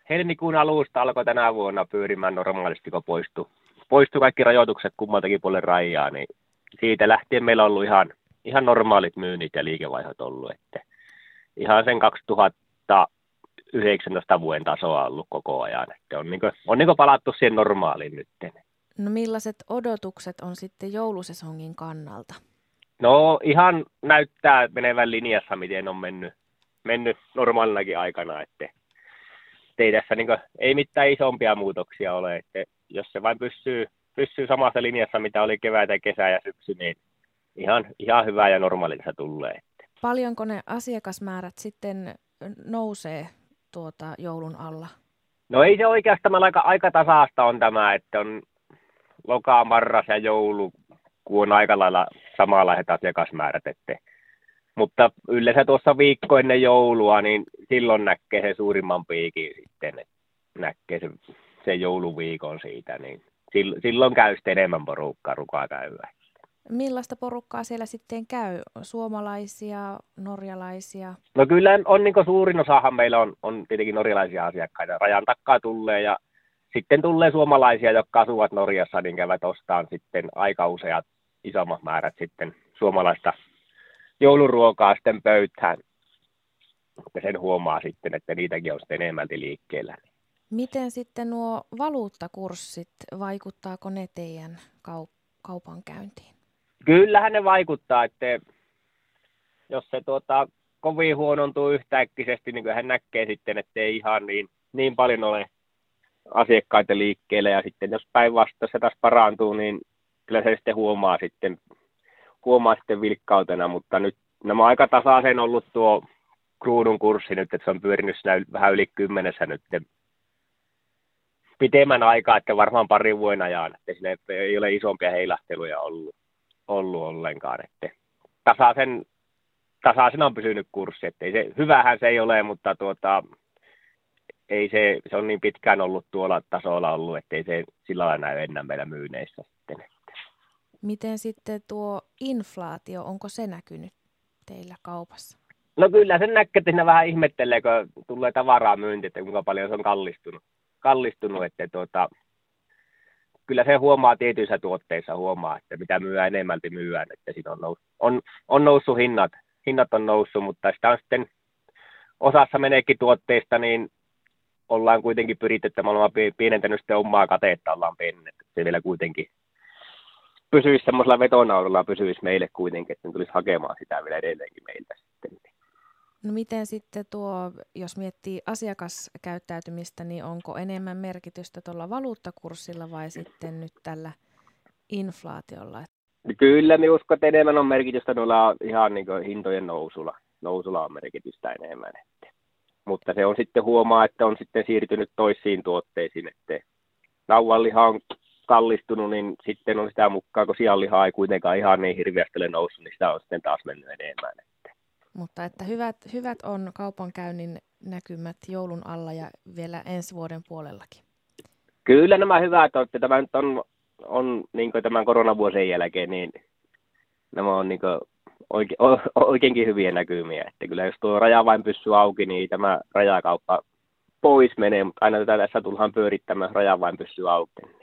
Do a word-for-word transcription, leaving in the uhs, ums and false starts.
helmikuun alusta alkoi tänä vuonna pyörimään normaalisti, kun poistui, poistui kaikki rajoitukset kummaltakin puolen rajaa, niin siitä lähtien meillä on ollut ihan, ihan normaalit myynnit ja liikevaihdot ollut, että ihan sen kaksituhattayhdeksäntoista vuoden tasoa on ollut koko ajan, että on, niin kuin, on niin kuin palattu siihen normaaliin nyt. No millaiset odotukset on sitten joulusesongin kannalta? No ihan näyttää menevän linjassa, miten on mennyt, mennyt normaalinakin aikana, että ei tässä niin kuin, ei mitään isompia muutoksia ole, että jos se vain pysyy, pysyy samassa linjassa, mitä oli kevät ja kesä ja syksy, niin ihan, ihan hyvää ja normaalissa tulee. Paljonko ne asiakasmäärät sitten nousee tuota joulun alla? No ei se oikeastaan aika, aika tasaista on tämä, että on loka, marras ja joulu, kun on aika lailla samanlaiset asiakasmäärät. Että, mutta yleensä tuossa viikko ennen joulua, niin silloin näkee se suurimman piikin sitten, että näkee se, se jouluviikon siitä, niin silloin käy sitten enemmän porukkaa, rukaa käyvää. Millaista porukkaa siellä sitten käy? Suomalaisia, norjalaisia? No kyllä on niin kuin suurin osahan meillä on, on tietenkin norjalaisia asiakkaita. Rajan takaa tulee ja sitten tulee suomalaisia, jotka asuvat Norjassa, niin käyvät ostamaan sitten aika useat isommat määrät sitten suomalaista jouluruokaa sitten pöytään. Ja sen huomaa sitten, että niitäkin on sitten enemmälti liikkeellä. Miten sitten nuo valuuttakurssit, vaikuttaako ne teidän kaup- kaupankäyntiin? Kyllähän ne vaikuttaa, että jos se tuota, kovin huonontuu yhtäkkisesti, niin hän näkee sitten, että ei ihan niin, niin paljon ole asiakkaita liikkeelle. Ja sitten jos päinvastoin se taas parantuu, niin kyllä se sitten huomaa sitten, huomaa sitten vilkkautena. Mutta nyt nämä on aika tasaisen ollut tuo kruunun kurssi nyt, että se on pyörinyt vähän yli kymmenessä nyt pitemmän aikaa, että varmaan parin vuoden ajan, että siinä ei ole isompia heilahteluja ollut. ollut ollenkaan, että tasaisen, tasaisen on pysynyt kurssi, että ei se, hyvähän se ei ole, mutta tuota, ei se, se on niin pitkään ollut tuolla tasolla ollut, että ei se sillä lailla näy enää meillä myyneissä sitten. Miten sitten tuo inflaatio, onko se näkynyt teillä kaupassa? No kyllä sen näkee, että siinä vähän ihmettelee, kun tulee tavaraa myynti, että kuinka paljon se on kallistunut, kallistunut että tuota, kyllä se huomaa tietyissä tuotteissa, huomaa, että mitä myydään enemmälti myydään, että siinä on, nous, on, on noussut hinnat, hinnat on noussut, mutta sitä on sitten osassa meneekin tuotteista, niin ollaan kuitenkin pyritty, että me ollaan pienentänyt sitten omaa katetta, ollaan pienennetty, että se vielä kuitenkin pysyisi semmoisella vetonaudulla, pysyisi meille kuitenkin, että ne tulisi hakemaan sitä vielä edelleenkin meiltä sitten. No miten sitten tuo, jos miettii asiakaskäyttäytymistä, niin onko enemmän merkitystä tuolla valuuttakurssilla vai sitten nyt tällä inflaatiolla? Kyllä, minä uskon, että enemmän on merkitystä noilla ihan niin kuin hintojen nousulla. Nousulla on merkitystä enemmän. Että. Mutta se on sitten huomaa, että on sitten siirtynyt toisiin tuotteisiin, että naudanliha on kallistunut, niin sitten on sitä mukaan, kun sianlihaa ei kuitenkaan ihan niin hirveästi ole noussut, niin sitä on sitten taas mennyt enemmän. Mutta että hyvät, hyvät on kaupankäynnin näkymät joulun alla ja vielä ensi vuoden puolellakin. Kyllä nämä hyvät on, että tämä nyt on, on niin tämän koronavuosien jälkeen, niin nämä on niin oike, oikeinkin hyviä näkymiä. Että kyllä jos tuo raja vain pysyy auki, niin tämä rajakauppa pois menee, mutta aina tätä tässä tullaan pyörittämään, raja vain pysyy auki.